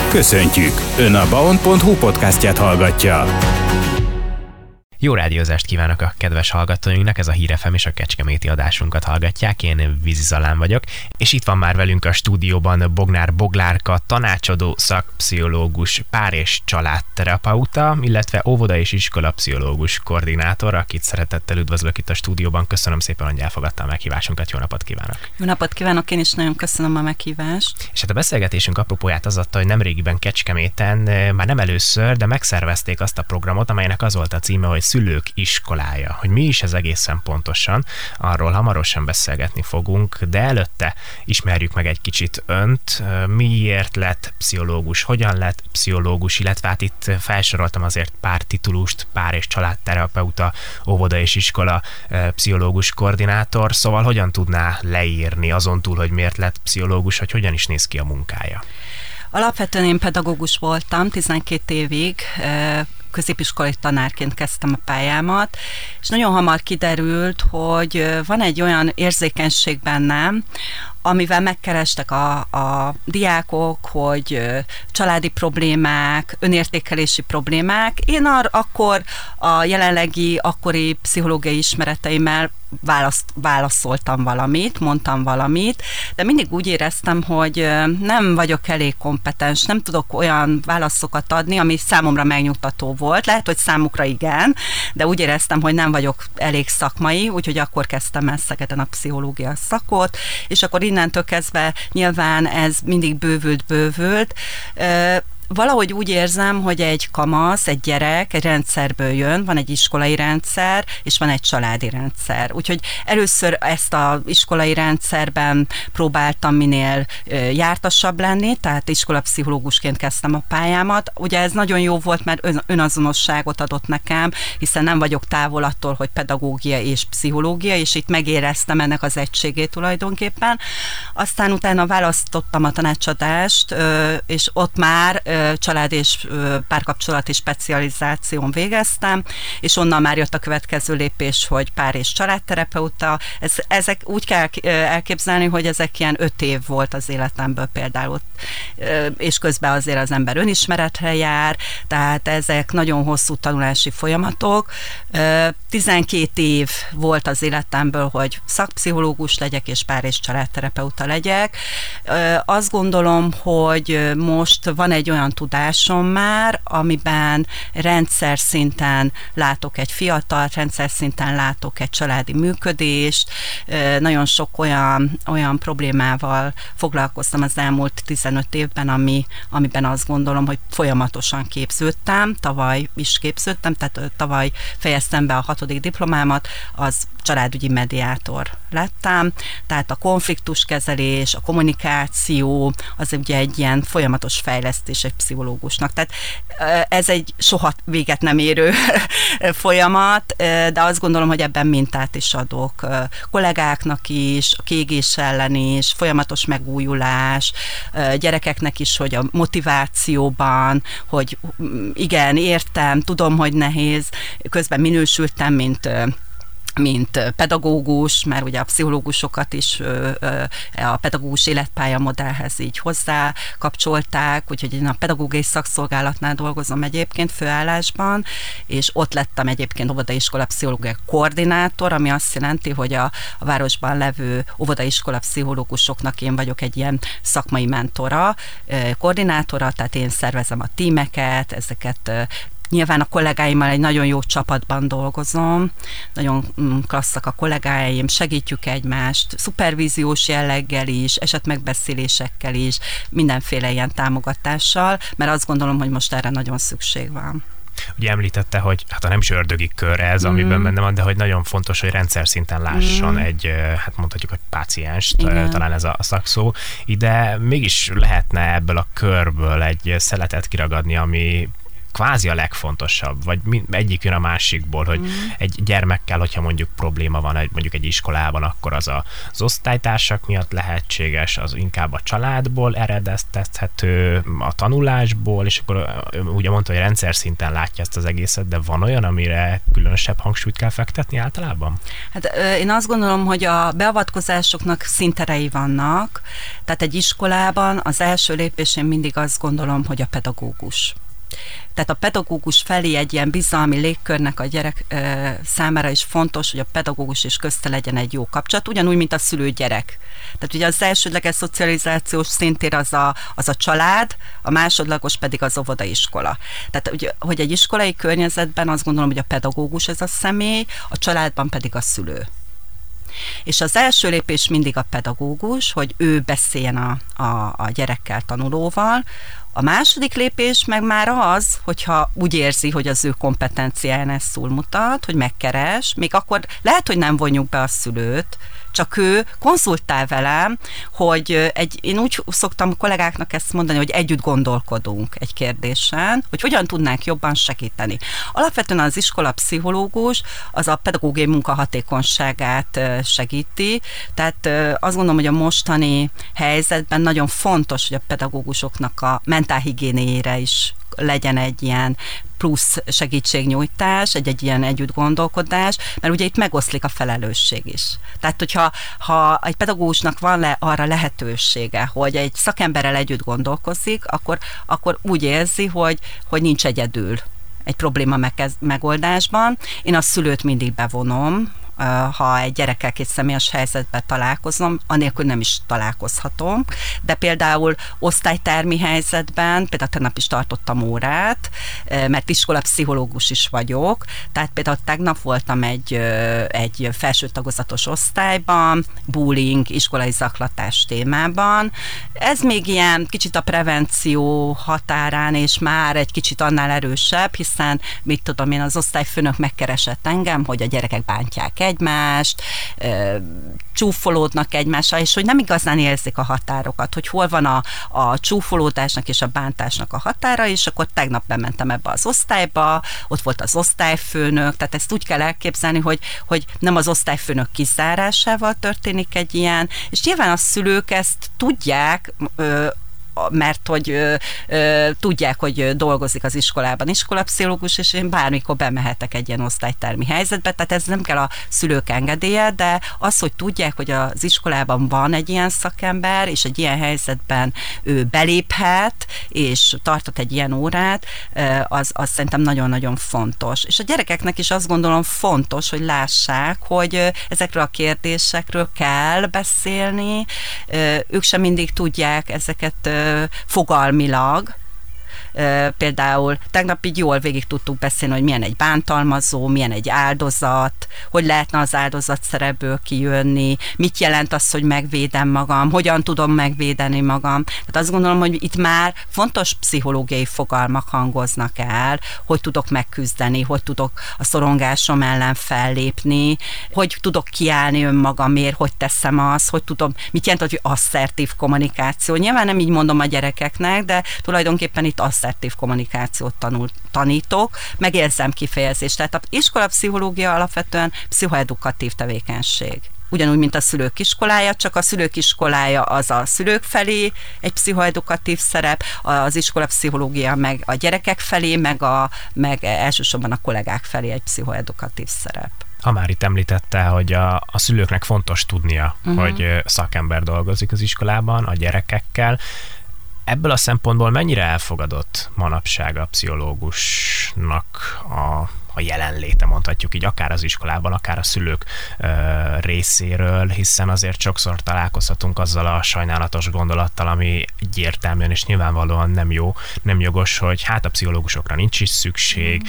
Köszöntjük! Ön a baon.hu podcastját hallgatja. Jó rádiózást kívánok a kedves hallgatóinknak, ez a Hír FM és a kecskeméti adásunkat hallgatják, én Vizi Zalán vagyok, és itt van már velünk a stúdióban Bognár Boglárka, tanácsadó szakpszichológus, pár- és családterapeuta, illetve óvoda- és iskolapszichológus koordinátor, akit szeretettel üdvözlök itt a stúdióban. Köszönöm szépen, hogy elfogadta a meghívásunkat, jó napot kívánok! Jó napot kívánok, én is nagyon köszönöm a meghívást. És hát a beszélgetésünk apropóját az adta, hogy nemrégiben Kecskeméten, már nem először, de megszervezték azt a programot, amelynek az volt a címe, hogy Szülők iskolája. Hogy mi is ez egészen pontosan, arról hamarosan beszélgetni fogunk, de előtte ismerjük meg egy kicsit önt, miért lett pszichológus, hogyan lett pszichológus, illetve hát itt felsoroltam azért pár titulust, pár- és családterapeuta, óvoda- és iskola pszichológus koordinátor, szóval hogyan tudná leírni azon túl, hogy miért lett pszichológus, hogy hogyan is néz ki a munkája? Alapvetően én pedagógus voltam, 12 évig, középiskolai tanárként kezdtem a pályámat, és nagyon hamar kiderült, hogy van egy olyan érzékenység bennem, amivel megkerestek a diákok, hogy családi problémák, önértékelési problémák. Én akkor a jelenlegi, akkori pszichológiai ismereteimmel válaszoltam valamit, mondtam valamit, de mindig úgy éreztem, hogy nem vagyok elég kompetens, nem tudok olyan válaszokat adni, ami számomra megnyugtató volt. Lehet, hogy számukra igen, de úgy éreztem, hogy nem vagyok elég szakmai, úgyhogy akkor kezdtem el Szegeden a pszichológia szakot, és akkor innentől kezdve nyilván ez mindig bővült. Valahogy úgy érzem, hogy egy kamasz, egy gyerek egy rendszerből jön, van egy iskolai rendszer, és van egy családi rendszer. Úgyhogy először ezt az iskolai rendszerben próbáltam minél jártasabb lenni, tehát iskolapszichológusként kezdtem a pályámat. Ugye ez nagyon jó volt, mert önazonosságot adott nekem, hiszen nem vagyok távol attól, hogy pedagógia és pszichológia, és itt megéreztem ennek az egységét tulajdonképpen. Aztán utána választottam a tanácsadást, és ott már család és párkapcsolati specializáción végeztem, és onnan már jött a következő lépés, hogy pár- és családterapeuta. Ezek úgy kell elképzelni, hogy ezek ilyen 5 év volt az életemből például, és közben azért az ember önismeretre jár, tehát ezek nagyon hosszú tanulási folyamatok. 12 év volt az életemből, hogy szakpszichológus legyek, és pár- és családterapeuta legyek. Azt gondolom, hogy most van egy olyan tudásom már, amiben rendszer szinten látok egy fiatalt, rendszer szinten látok egy családi működést, nagyon sok olyan problémával foglalkoztam az elmúlt 15 évben, amiben azt gondolom, hogy folyamatosan képződtem, tavaly is képződtem, tehát tavaly fejeztem be a 6. diplomámat, az családügyi mediátor lettem, tehát a konfliktuskezelés, a kommunikáció, az ugye egy ilyen folyamatos fejlesztés egy pszichológusnak. Tehát ez egy soha véget nem érő folyamat, de azt gondolom, hogy ebben mintát is adok kollégáknak is, a kiégés ellen is, folyamatos megújulás, gyerekeknek is, hogy a motivációban, hogy igen, értem, tudom, hogy nehéz, közben minősültem, mint pedagógus, mert ugye a pszichológusokat is a pedagógus életpálya modellhez így hozzá kapcsolták, úgyhogy én a pedagógiai szakszolgálatnál dolgozom egyébként főállásban, és ott lettem egyébként óvodaiskola pszichológia koordinátor, ami azt jelenti, hogy a városban levő óvodaiskola pszichológusoknak én vagyok egy ilyen szakmai mentora, koordinátora, tehát én szervezem a tímeket, ezeket. Nyilván a kollégáimmal egy nagyon jó csapatban dolgozom, nagyon klasszak a kollégáim, segítjük egymást, szupervíziós jelleggel is, esetmegbeszélésekkel is, mindenféle ilyen támogatással, mert azt gondolom, hogy most erre nagyon szükség van. Ugye említette, hogy hát nem is ördögi kör ez, amiben benne van, de hogy nagyon fontos, hogy rendszer szinten lásson egy, hát mondhatjuk, hogy pácienst, talán ez a szakszó. Ide mégis lehetne ebből a körből egy szeletet kiragadni, ami kvázi a legfontosabb, vagy egyik jön a másikból, hogy egy gyermekkel, hogyha mondjuk probléma van mondjuk egy iskolában, akkor az az osztálytársak miatt lehetséges, az inkább a családból eredeztethető, a tanulásból, és akkor ugye mondta, hogy rendszer szinten látja ezt az egészet, de van olyan, amire különösebb hangsúlyt kell fektetni általában? Hát én azt gondolom, hogy a beavatkozásoknak szinterei vannak, tehát egy iskolában az első lépés én mindig azt gondolom, hogy a pedagógus. Tehát a pedagógus felé egy ilyen bizalmi légkörnek a gyerek számára is fontos, hogy a pedagógus és közte legyen egy jó kapcsolat, ugyanúgy, mint a szülő-gyerek. Tehát ugye az elsődleges szocializációs szintér az a család, a másodlagos pedig az óvodaiskola. Tehát, ugye, hogy egy iskolai környezetben azt gondolom, hogy a pedagógus ez a személy, a családban pedig a szülő. És az első lépés mindig a pedagógus, hogy ő beszéljen a gyerekkel, tanulóval. A második lépés meg már az, hogyha úgy érzi, hogy az ő kompetenciáján ez túlmutat, hogy megkeres, még akkor lehet, hogy nem vonjuk be a szülőt, csak ő konzultál velem, hogy én úgy szoktam kollégáknak ezt mondani, hogy együtt gondolkodunk egy kérdésen, hogy hogyan tudnánk jobban segíteni. Alapvetően az iskolapszichológus az a pedagógiai munka hatékonyságát segíti, tehát azt gondolom, hogy a mostani helyzetben nagyon fontos, hogy a pedagógusoknak a mentálhigiéniére is legyen egy ilyen plusz segítségnyújtás, egy ilyen együtt gondolkodás, mert ugye itt megoszlik a felelősség is. Tehát, hogyha egy pedagógusnak van arra lehetősége, hogy egy szakemberrel együtt gondolkozik, akkor úgy érzi, hogy nincs egyedül egy probléma megoldásban. Én a szülőt mindig bevonom, ha egy gyerekkel két személyes helyzetben találkozom, anélkül nem is találkozhatom, de például osztálytermi helyzetben, például tegnap is tartottam órát, mert iskolapszichológus is vagyok, tehát például tegnap voltam egy felső tagozatos osztályban, bullying, iskolai zaklatás témában. Ez még ilyen kicsit a prevenció határán, és már egy kicsit annál erősebb, hiszen mit tudom én, az osztályfőnök megkeresett engem, hogy a gyerekek bántják egymást, csúfolódnak egymással, és hogy nem igazán érzik a határokat, hogy hol van a csúfolódásnak és a bántásnak a határa, és akkor tegnap bementem ebbe az osztályba, ott volt az osztályfőnök, tehát ezt úgy kell elképzelni, hogy nem az osztályfőnök kizárásával történik egy ilyen, és nyilván a szülők ezt tudják, mert hogy tudják, hogy dolgozik az iskolában iskolapszichológus, és én bármikor bemehetek egy ilyen osztálytermi helyzetbe, tehát ez nem kell a szülők engedélye, de az, hogy tudják, hogy az iskolában van egy ilyen szakember, és egy ilyen helyzetben ő beléphet, és tartott egy ilyen órát, az szerintem nagyon-nagyon fontos. És a gyerekeknek is azt gondolom fontos, hogy lássák, hogy ezekről a kérdésekről kell beszélni, ők sem mindig tudják ezeket fogalmilag. Például tegnap így jól végig tudtuk beszélni, hogy milyen egy bántalmazó, milyen egy áldozat, hogy lehetne az áldozat szerepből kijönni, mit jelent az, hogy megvédem magam, hogyan tudom megvédeni magam. Tehát azt gondolom, hogy itt már fontos pszichológiai fogalmak hangoznak el, hogy tudok megküzdeni, hogy tudok a szorongásom ellen fellépni, hogy tudok kiállni önmagamért, hogy teszem azt, hogy tudom, mit jelent, hogy asszertív kommunikáció. Nyilván nem így mondom a gyerekeknek, de tulajdonképpen itt asszertív kommunikációt tanítok, megérzem kifejezést. Tehát az iskolapszichológia alapvetően pszichoedukatív tevékenység. Ugyanúgy, mint a szülők iskolája, csak a szülők iskolája az a szülők felé egy pszichoedukatív szerep, az iskolapszichológia meg a gyerekek felé, meg elsősorban a kollégák felé egy pszichoedukatív szerep. Ha már itt említette, hogy a szülőknek fontos tudnia, hogy szakember dolgozik az iskolában a gyerekekkel. Ebből a szempontból mennyire elfogadott manapság a pszichológusnak a jelenléte, mondhatjuk így, akár az iskolában, akár a szülők részéről, hiszen azért sokszor találkozhatunk azzal a sajnálatos gondolattal, ami egyértelműen és nyilvánvalóan nem jó, nem jogos, hogy hát a pszichológusokra nincs is szükség,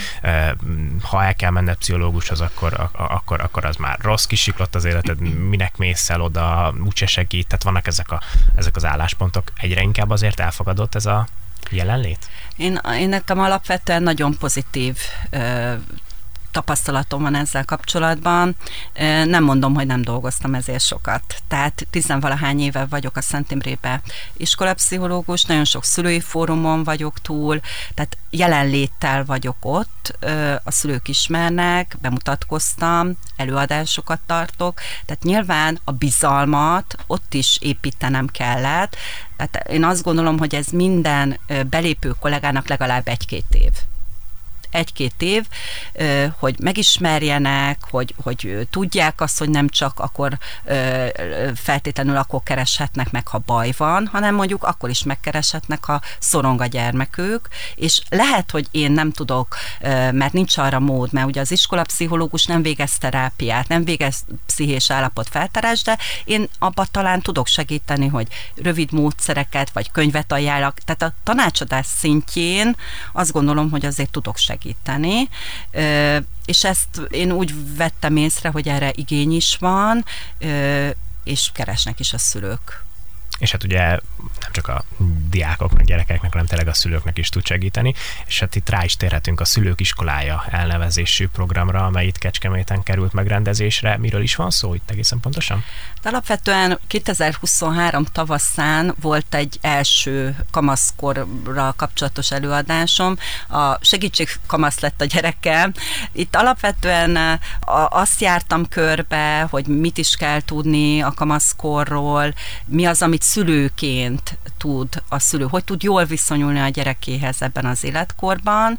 ha el kell menned pszichológushoz, akkor az már rossz kisiklott az életed, minek mész el oda, úgyse segít, tehát vannak ezek az álláspontok. Egyre inkább azért elfogadott ez a jelenlét? Én nekem alapvetően nagyon pozitív tapasztalatom van ezzel kapcsolatban. Nem mondom, hogy nem dolgoztam ezért sokat. Tehát 10-valahány éve vagyok a Szent Imrébe iskolapszichológus, nagyon sok szülői fórumon vagyok túl, tehát jelenléttel vagyok ott, a szülők ismernek, bemutatkoztam, előadásokat tartok, tehát nyilván a bizalmat ott is építenem kellett, tehát én azt gondolom, hogy ez minden belépő kollégának legalább 1-2 év. 1-2 év, hogy megismerjenek, hogy tudják azt, hogy nem csak akkor feltétlenül akkor kereshetnek meg, ha baj van, hanem mondjuk akkor is megkereshetnek, ha szorong a gyermekük, és lehet, hogy én nem tudok, mert nincs arra mód, mert ugye az iskolapszichológus nem végez terápiát, nem végez pszichés állapot feltárás, de én abban talán tudok segíteni, hogy rövid módszereket, vagy könyvet ajánlak, tehát a tanácsadás szintjén azt gondolom, hogy azért tudok segíteni. És ezt én úgy vettem észre, hogy erre igény is van, és keresnek is a szülők. És hát ugye nem csak a diákoknak, gyerekeknek, hanem tényleg a szülőknek is tud segíteni, és hát itt rá is térhetünk a Szülők Iskolája elnevezésű programra, amely itt Kecskeméten került megrendezésre. Miről is van szó itt egészen pontosan? De alapvetően 2023 tavaszán volt egy első kamaszkorral kapcsolatos előadásom. A segítségkamasz lett a gyerekem. Itt alapvetően azt jártam körbe, hogy mit is kell tudni a kamaszkorról, mi az, amit szülőként tud a szülő, hogy tud jól viszonyulni a gyerekéhez ebben az életkorban.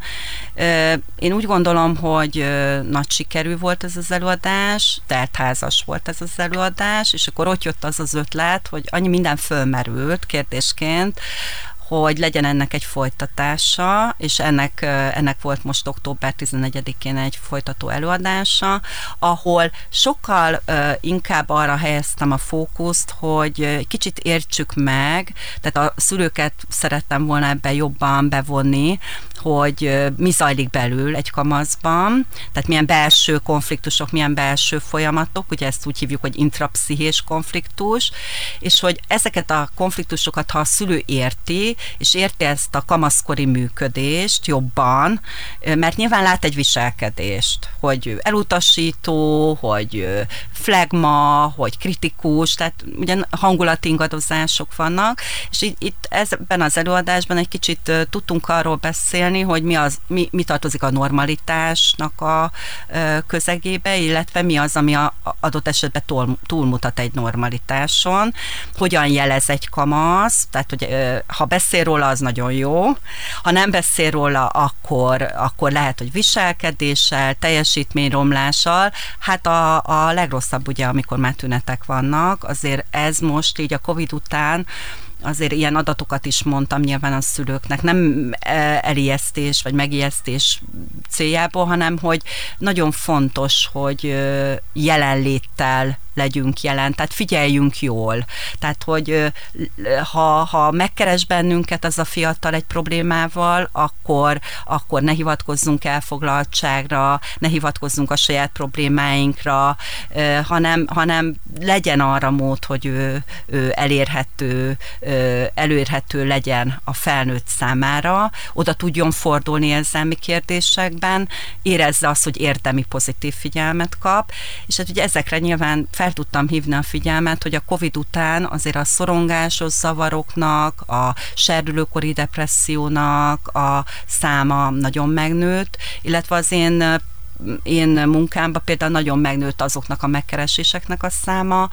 Én úgy gondolom, hogy nagy sikerű volt ez az előadás, teltházas volt ez az előadás, és akkor ott jött az az ötlet, hogy annyi minden fölmerült kérdésként, hogy legyen ennek egy folytatása, és ennek volt most október 11-én egy folytató előadása, ahol sokkal inkább arra helyeztem a fókuszt, hogy kicsit értsük meg, tehát a szülőket szerettem volna ebbe jobban bevonni, hogy mi zajlik belül egy kamaszban, tehát milyen belső konfliktusok, milyen belső folyamatok, ugye ezt úgy hívjuk, hogy intrapszichés konfliktus, és hogy ezeket a konfliktusokat, ha a szülő érti, és érti ezt a kamaszkori működést jobban, mert nyilván lát egy viselkedést, hogy elutasító, hogy flegma, hogy kritikus, tehát ugye hangulatingadozások vannak, és itt ebben az előadásban egy kicsit tudtunk arról beszélni, hogy mi tartozik a normalitásnak a közegébe, illetve mi az, ami adott esetben túlmutat egy normalitáson, hogyan jelez egy kamasz, tehát hogy ha beszél róla, az nagyon jó, ha nem beszél róla, akkor lehet, hogy viselkedéssel, teljesítményromlással, hát a legrosszabb ugye, amikor már tünetek vannak, azért ez most így a Covid után azért ilyen adatokat is mondtam nyilván a szülőknek, nem elijesztés vagy megijesztés céljából, hanem hogy nagyon fontos, hogy jelenléttel legyünk jelen, tehát figyeljünk jól. Tehát, hogy ha megkeres bennünket az a fiatal egy problémával, akkor ne hivatkozzunk elfoglaltságra, ne hivatkozzunk a saját problémáinkra, hanem legyen arra mód, hogy ő elérhető legyen a felnőtt számára, oda tudjon fordulni érzelmi kérdésekben, érezze azt, hogy érdemi pozitív figyelmet kap, és hát ugye ezekre nyilván fel tudtam hívni a figyelmet, hogy a Covid után azért a szorongásos zavaroknak, a serdülőkori depressziónak a száma nagyon megnőtt, illetve az én munkámban például nagyon megnőtt azoknak a megkereséseknek a száma,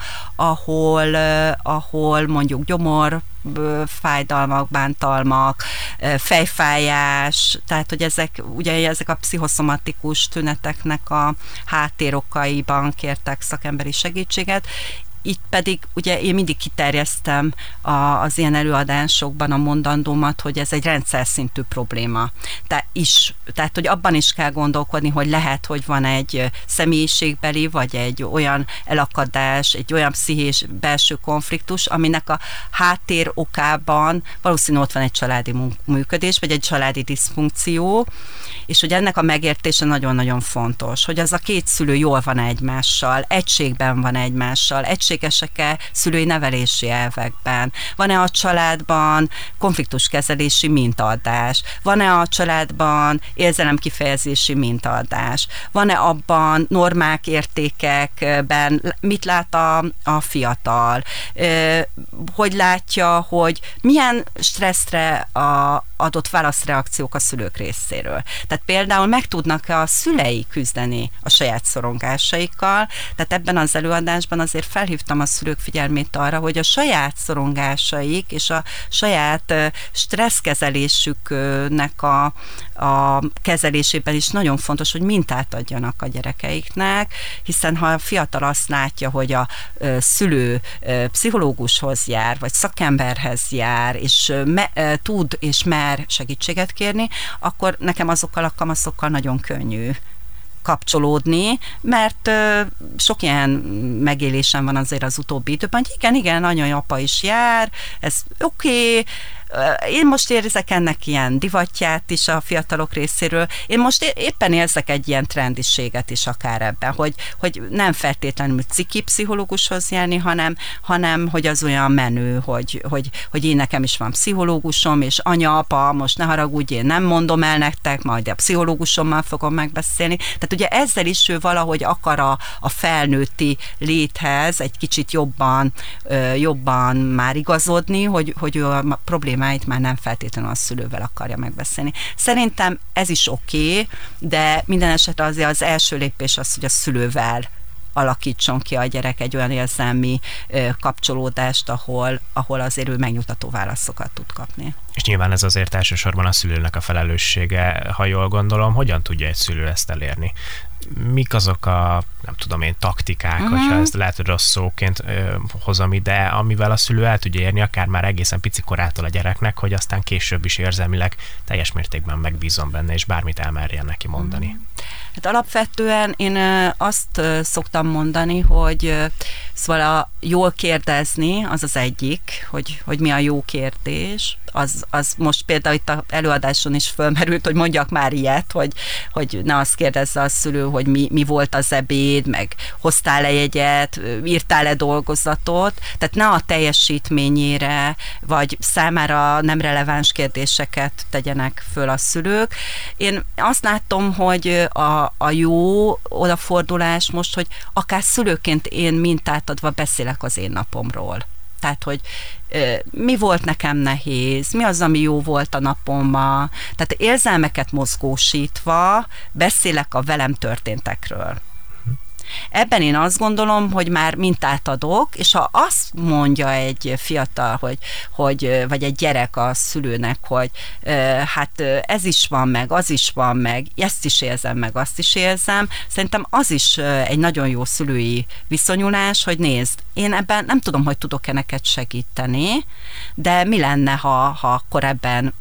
ahol mondjuk gyomor, fájdalmak, bántalmak, fejfájás, tehát hogy ezek a pszichoszomatikus tüneteknek a háttérokaiban kértek szakemberi segítséget. Itt pedig ugye én mindig kiterjesztem az ilyen előadásokban a mondandómat, hogy ez egy rendszer szintű probléma. Tehát, hogy abban is kell gondolkodni, hogy lehet, hogy van egy személyiségbeli, vagy egy olyan elakadás, egy olyan pszichés belső konfliktus, aminek a háttér okában valószínűleg ott van egy családi működés, vagy egy családi diszfunkció, és hogy ennek a megértése nagyon-nagyon fontos, hogy az a két szülő jól van egymással, egységben van egymással, egységben tisztességesek-e szülői nevelési elvekben, van-e a családban konfliktuskezelési mintaadás, van-e a családban érzelemkifejezési mintaadás, van-e abban normák, értékekben, mit lát a fiatal, hogy látja, hogy milyen stresszre adott válaszreakciók a szülők részéről. Tehát például meg tudnak-e a szülei küzdeni a saját szorongásaikkal, tehát ebben az előadásban azért felhívtam a szülők figyelmét arra, hogy a saját szorongásaik és a saját stresszkezelésüknek a kezelésében is nagyon fontos, hogy mintát adjanak a gyerekeiknek, hiszen ha a fiatal azt látja, hogy a szülő pszichológushoz jár, vagy szakemberhez jár, és tud és mer segítséget kérni, akkor nekem azokkal a kamaszokkal nagyon könnyű kapcsolódni, mert sok ilyen megélésem van azért az utóbbi időben, hogy igen, anya, apa is jár, ez oké, én most érzek ennek ilyen divatját is a fiatalok részéről. Én most éppen érzek egy ilyen trendiséget is akár ebben, hogy nem feltétlenül ciki pszichológushoz járni, hanem hogy az olyan menő, hogy én nekem is van pszichológusom, és anya, apa, most ne haragudj, én nem mondom el nektek, majd a pszichológusommal fogom megbeszélni. Tehát ugye ezzel is ő valahogy akar a felnőtti léthez egy kicsit jobban már igazodni, hogy ő a problémáit már nem feltétlenül a szülővel akarja megbeszélni. Szerintem ez is oké, de minden esetre azért az első lépés az, hogy a szülővel alakítson ki a gyerek egy olyan érzelmi kapcsolódást, ahol azért ő megnyugtató válaszokat tud kapni. És nyilván ez azért elsősorban a szülőnek a felelőssége, ha jól gondolom, hogyan tudja egy szülő ezt elérni? Mik azok a, nem tudom én, taktikák, hogyha ezt lehet, hogy rossz szóként hozom ide, amivel a szülő el tudja érni akár már egészen pici korától a gyereknek, hogy aztán később is érzelmileg teljes mértékben megbízom benne, és bármit elmerjen neki mondani. Hát alapvetően én azt szoktam mondani, hogy szóval a jól kérdezni az az egyik, hogy mi a jó kérdés, az most például itt az előadáson is fölmerült, hogy mondjak már ilyet, hogy ne azt kérdezze a szülő, hogy mi volt az ebéd, meg hoztál-e jegyet, írtál-e dolgozatot, tehát ne a teljesítményére, vagy számára nem releváns kérdéseket tegyenek föl a szülők. Én azt látom, hogy a jó odafordulás most, hogy akár szülőként én mintát adva beszélek az én napomról. Tehát, hogy mi volt nekem nehéz, mi az, ami jó volt a napomban. Tehát érzelmeket mozgósítva beszélek a velem történtekről. Ebben én azt gondolom, hogy már mintát adok, és ha azt mondja egy fiatal, vagy egy gyerek a szülőnek, hogy hát ez is van meg, az is van meg, ezt is érzem meg, azt is érzem, szerintem az is egy nagyon jó szülői viszonyulás, hogy nézd, én ebben nem tudom, hogy tudok-e neked segíteni, de mi lenne, ha akkor ebben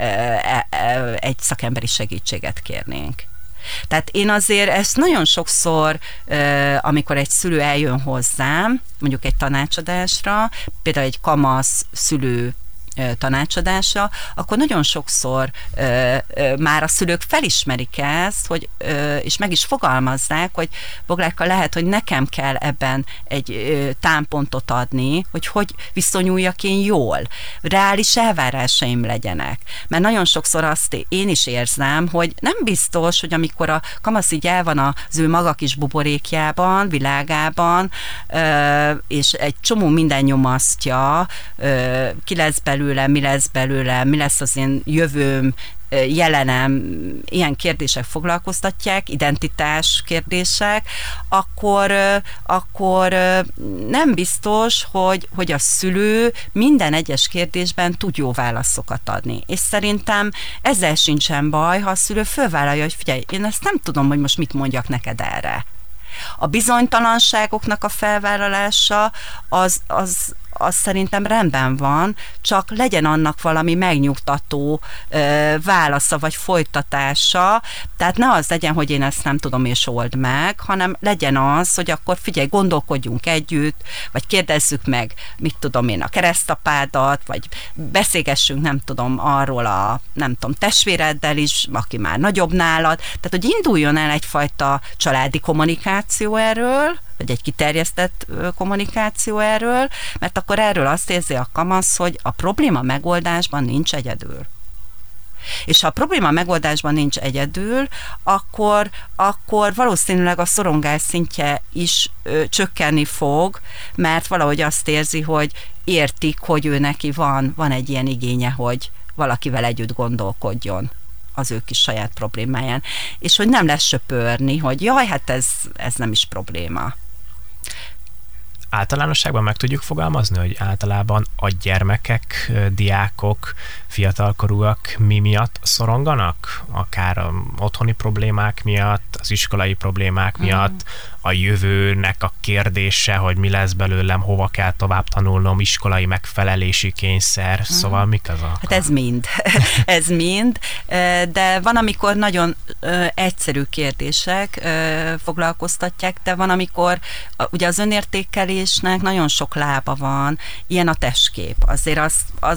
egy szakemberi segítséget kérnénk. Tehát én azért ezt nagyon sokszor, amikor egy szülő eljön hozzám, mondjuk egy tanácsadásra, például egy kamasz szülő tanácsadása, akkor nagyon sokszor már a szülők felismerik ezt, és meg is fogalmazzák, hogy Boglárka, lehet, hogy nekem kell ebben egy támpontot adni, hogy viszonyuljak én jól, reális elvárásaim legyenek. Mert nagyon sokszor azt én is érzem, hogy nem biztos, hogy amikor a kamasz így el van az ő maga kis buborékjában, világában, és egy csomó minden nyomasztja, ki lesz belőle, mi lesz az én jövőm, jelenem, ilyen kérdések foglalkoztatják, identitás kérdések, akkor nem biztos, hogy a szülő minden egyes kérdésben tud jó válaszokat adni. És szerintem ezzel sincsen baj, ha a szülő fölvállalja, hogy figyelj, én ezt nem tudom, hogy most mit mondjak neked erre. A bizonytalanságoknak a felvállalása az szerintem rendben van, csak legyen annak valami megnyugtató válasza vagy folytatása, tehát ne az legyen, hogy én ezt nem tudom és old meg, hanem legyen az, hogy akkor figyelj, gondolkodjunk együtt, vagy kérdezzük meg, mit tudom én, a keresztapádat, vagy beszélgessünk, nem tudom, arról a, nem tudom, testvéreddel is, aki már nagyobb nálad, tehát hogy induljon el egyfajta családi kommunikáció erről, vagy egy kiterjesztett kommunikáció erről, mert akkor erről azt érzi a kamasz, hogy a probléma megoldásban nincs egyedül. És ha a probléma megoldásban nincs egyedül, akkor valószínűleg a szorongás szintje is csökkenni fog, mert valahogy azt érzi, hogy értik, hogy ő neki van egy ilyen igénye, hogy valakivel együtt gondolkodjon az ő kis saját problémáján. És hogy nem lesz söpörni, hogy jaj, hát ez nem is probléma. Általánosságban meg tudjuk fogalmazni, hogy általában a gyermekek, diákok, fiatalkorúak mi miatt szoronganak? Akár a otthoni problémák miatt, az iskolai problémák miatt, a jövőnek a kérdése, hogy mi lesz belőlem, hova kell tovább tanulnom, iskolai megfelelési kényszer, szóval mik az Hát ez mind, de van, amikor nagyon egyszerű kérdések foglalkoztatják, de van, amikor ugye az önértékelésnek nagyon sok lába van, ilyen a testkép. Azért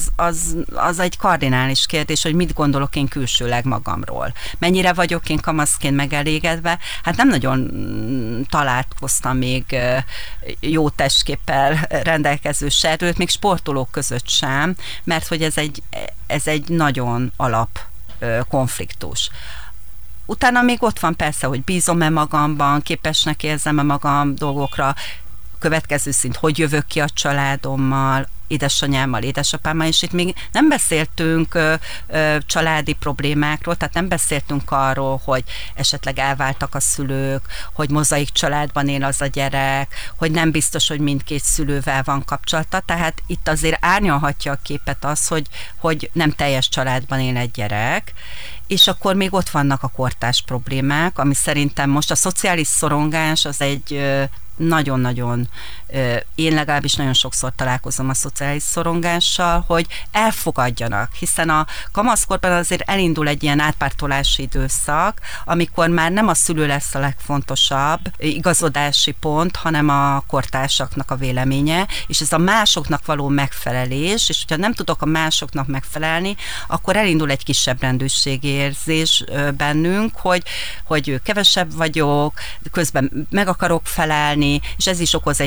az egy kardinális kérdés, hogy mit gondolok én külsőleg magamról. Mennyire vagyok én kamaszként megelégedve? Hát nem nagyon találkoztam még jó testképpel rendelkező serdőt, még sportolók között sem, mert hogy ez egy nagyon alap konfliktus. Utána még ott van persze, hogy bízom-e magamban, képesnek érzem-e magam dolgokra, következő szint, hogy jövök ki a családommal, édesanyámmal, édesapámmal, és itt még nem beszéltünk családi problémákról, tehát nem beszéltünk arról, hogy esetleg elváltak a szülők, hogy mozaik családban él az a gyerek, hogy nem biztos, hogy mindkét szülővel van kapcsolata, tehát itt azért árnyalhatja a képet az, hogy nem teljes családban él egy gyerek, és akkor még ott vannak a kortárs problémák, ami szerintem most a szociális szorongás az egy nagyon-nagyon, én legalábbis nagyon sokszor találkozom a szociális szorongással, hogy elfogadjanak, hiszen a kamaszkorban azért elindul egy ilyen átpártolási időszak, amikor már nem a szülő lesz a legfontosabb igazodási pont, hanem a kortársaknak a véleménye, és ez a másoknak való megfelelés, és hogyha nem tudok a másoknak megfelelni, akkor elindul egy kisebb rendőrségérzés bennünk, hogy kevesebb vagyok, közben meg akarok felelni, és ez is okoz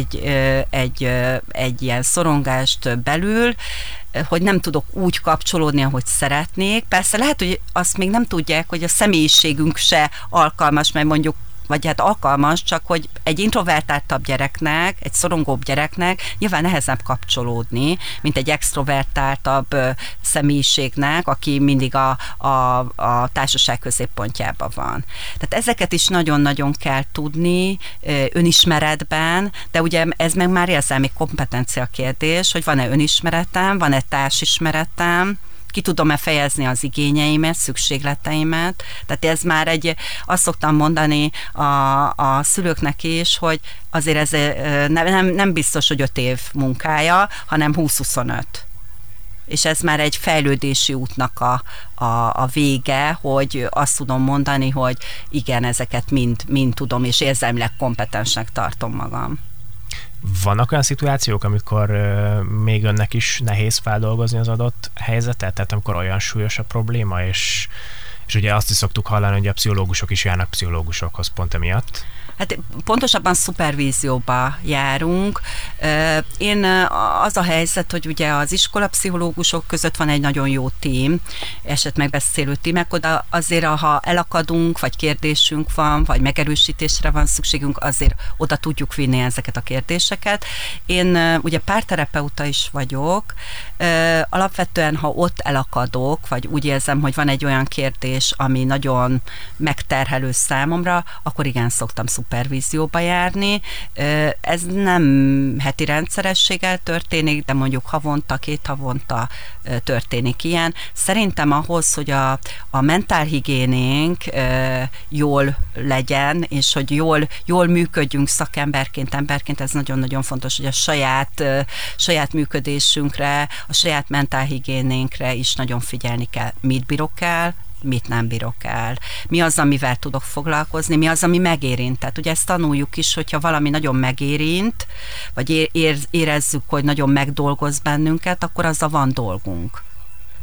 egy ilyen szorongást belül, hogy nem tudok úgy kapcsolódni, ahogy szeretnék. Persze lehet, hogy azt még nem tudják, hogy a személyiségünk se alkalmas, mert mondjuk vagy hát alkalmas, csak hogy egy introvertáltabb gyereknek, egy szorongóbb gyereknek nyilván nehezebb kapcsolódni, mint egy extrovertáltabb személyiségnek, aki mindig a társaság középpontjában van. Tehát ezeket is nagyon-nagyon kell tudni önismeretben, de ugye ez meg már érzelmi kompetencia kérdés, hogy van-e önismeretem, van-e társismeretem, ki tudom-e fejezni az igényeimet, szükségleteimet. Tehát ez már azt szoktam mondani a szülőknek is, hogy azért ez nem biztos, hogy 5 év munkája, hanem 20-25. És ez már egy fejlődési útnak a vége, hogy azt tudom mondani, hogy igen, ezeket mind tudom, és érzelmileg kompetensnek tartom magam. Vannak olyan szituációk, amikor még önnek is nehéz feldolgozni az adott helyzetet? Tehát amikor olyan súlyos a probléma, és ugye azt is szoktuk hallani, hogy a pszichológusok is járnak pszichológusokhoz pont emiatt. Hát pontosabban szupervízióba járunk. Az a helyzet, hogy ugye az iskolapszichológusok között van egy nagyon jó tím, esetmegbeszélő tímek, oda azért, ha elakadunk, vagy kérdésünk van, vagy megerősítésre van szükségünk, azért oda tudjuk vinni ezeket a kérdéseket. Én ugye párterapeuta is vagyok, alapvetően, ha ott elakadok, vagy úgy érzem, hogy van egy olyan kérdés, ami nagyon megterhelő számomra, akkor igen, szoktam szupervízióba járni. Ez nem heti rendszerességgel történik, de mondjuk havonta, 2 havonta történik ilyen. Szerintem ahhoz, hogy a mentálhigiénénk jól legyen, és hogy jól működjünk szakemberként, emberként, ez nagyon-nagyon fontos, hogy a saját működésünkre, a saját mentálhigiénénkre is nagyon figyelni kell. Mit bírok el, mit nem bírok el, mi az, amivel tudok foglalkozni, mi az, ami megérint. Tehát ugye ezt tanuljuk is, hogyha valami nagyon megérint, vagy érezzük, hogy nagyon megdolgoz bennünket, akkor azzal van dolgunk.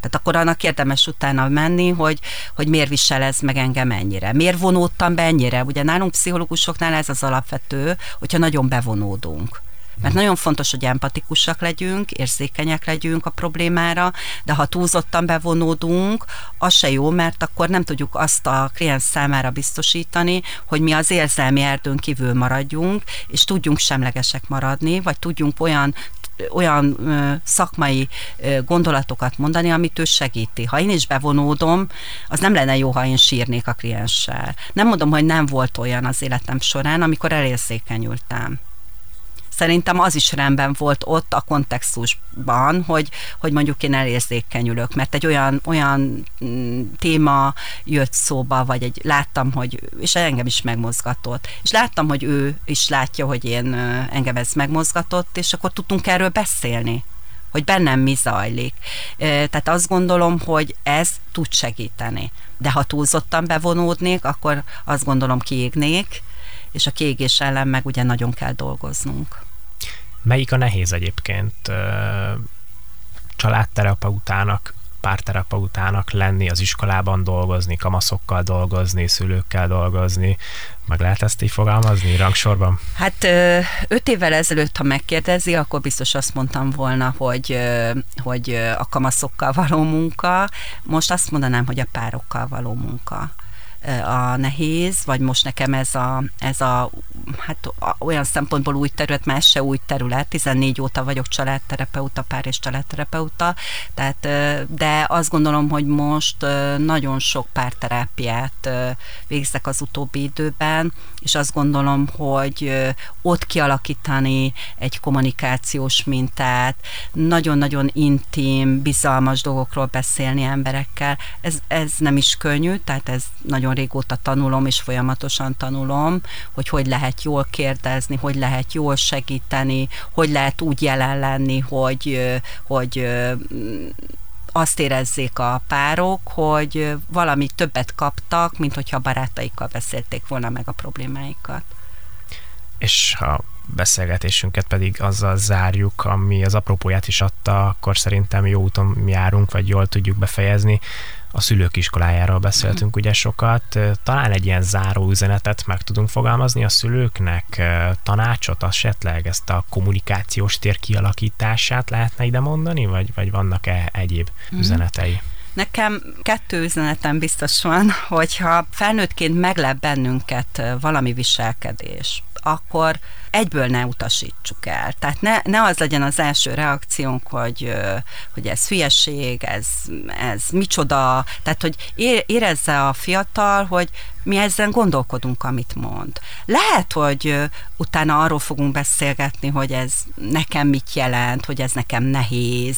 Tehát akkor annak érdemes utána menni, hogy miért visel ez meg engem ennyire. Miért vonódtam be ennyire? Ugye nálunk pszichológusoknál ez az alapvető, hogyha nagyon bevonódunk. Mert nagyon fontos, hogy empatikusak legyünk, érzékenyek legyünk a problémára, de ha túlzottan bevonódunk, az se jó, mert akkor nem tudjuk azt a kliens számára biztosítani, hogy mi az érzelmi erdőn kívül maradjunk, és tudjunk semlegesek maradni, vagy tudjunk olyan szakmai gondolatokat mondani, amit ő segíti. Ha én is bevonódom, az nem lenne jó, ha én sírnék a klienssel. Nem mondom, hogy nem volt olyan az életem során, amikor elérzékenyültem. Szerintem az is rendben volt ott a kontextusban, hogy mondjuk én elérzékenyülök, mert egy olyan téma jött szóba, vagy láttam, és engem is megmozgatott. És láttam, hogy ő is látja, hogy engem ez megmozgatott, és akkor tudtunk erről beszélni, hogy bennem mi zajlik. Tehát azt gondolom, hogy ez tud segíteni. De ha túlzottan bevonódnék, akkor azt gondolom kiégnék, és a kiégés ellen meg ugye nagyon kell dolgoznunk. Melyik a nehéz egyébként családterapeutának, párterapeutának lenni, az iskolában dolgozni, kamaszokkal dolgozni, szülőkkel dolgozni? Meg lehet ezt így fogalmazni rangsorban? Hát 5 évvel ezelőtt, ha megkérdezi, akkor biztos azt mondtam volna, hogy a kamaszokkal való munka. Most azt mondanám, hogy a párokkal való munka a nehéz, vagy most nekem ez a olyan szempontból új terület, más se új terület, 14 óta vagyok családterapeuta, pár és családterapeuta, tehát, de azt gondolom, hogy most nagyon sok párterápiát végzek az utóbbi időben, és azt gondolom, hogy ott kialakítani egy kommunikációs mintát, nagyon-nagyon intim, bizalmas dolgokról beszélni emberekkel, ez nem is könnyű, tehát ez nagyon régóta tanulom, és folyamatosan tanulom, hogy lehet jól kérdezni, hogy lehet jól segíteni, hogy lehet úgy jelen lenni, hogy azt érezzék a párok, hogy valami többet kaptak, mint hogyha barátaikkal beszélték volna meg a problémáikat. És ha beszélgetésünket pedig azzal zárjuk, ami az apropóját is adta, akkor szerintem jó úton járunk, vagy jól tudjuk befejezni. A szülők iskolájáról beszéltünk ugye sokat. Talán egy ilyen záró üzenetet meg tudunk fogalmazni a szülőknek, tanácsot, esetleg ezt a kommunikációs tér kialakítását lehetne ide mondani, vagy vannak-e egyéb üzenetei? Nekem 2 üzenetem biztos van, hogyha felnőttként meglep bennünket valami viselkedés, akkor egyből ne utasítsuk el. Tehát ne az legyen az első reakciónk, hogy ez hülyeség, ez micsoda, tehát hogy érezze a fiatal, hogy mi ezzel gondolkodunk, amit mond. Lehet, hogy utána arról fogunk beszélgetni, hogy ez nekem mit jelent, hogy ez nekem nehéz,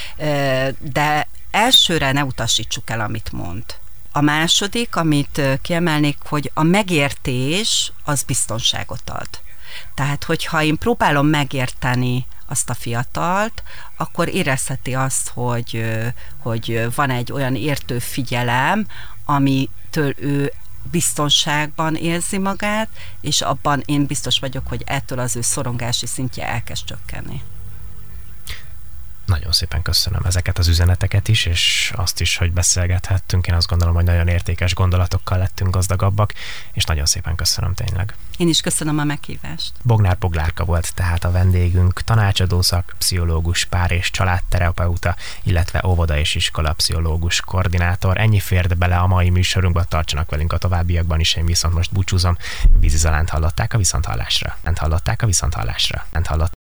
de elsőre ne utasítsuk el, amit mond. A második, amit kiemelnék, hogy a megértés az biztonságot ad. Tehát, hogyha én próbálom megérteni azt a fiatalt, akkor érezheti azt, hogy van egy olyan értő figyelem, amitől ő biztonságban érzi magát, és abban én biztos vagyok, hogy ettől az ő szorongási szintje elkezd csökkenni. Nagyon szépen köszönöm ezeket az üzeneteket is, és azt is, hogy beszélgethettünk. Én azt gondolom, hogy nagyon értékes gondolatokkal lettünk gazdagabbak, és nagyon szépen köszönöm tényleg. Én is köszönöm a meghívást. Bognár Boglárka volt tehát a vendégünk, tanácsadó szakpszichológus, pár- és családterapeuta, illetve óvoda- és iskolapszichológus koordinátor. Ennyi fért bele a mai műsorunkba, tartsanak velünk a továbbiakban is, én viszont most búcsúzom. Vízi Zalánt hallották a viszonthallásra.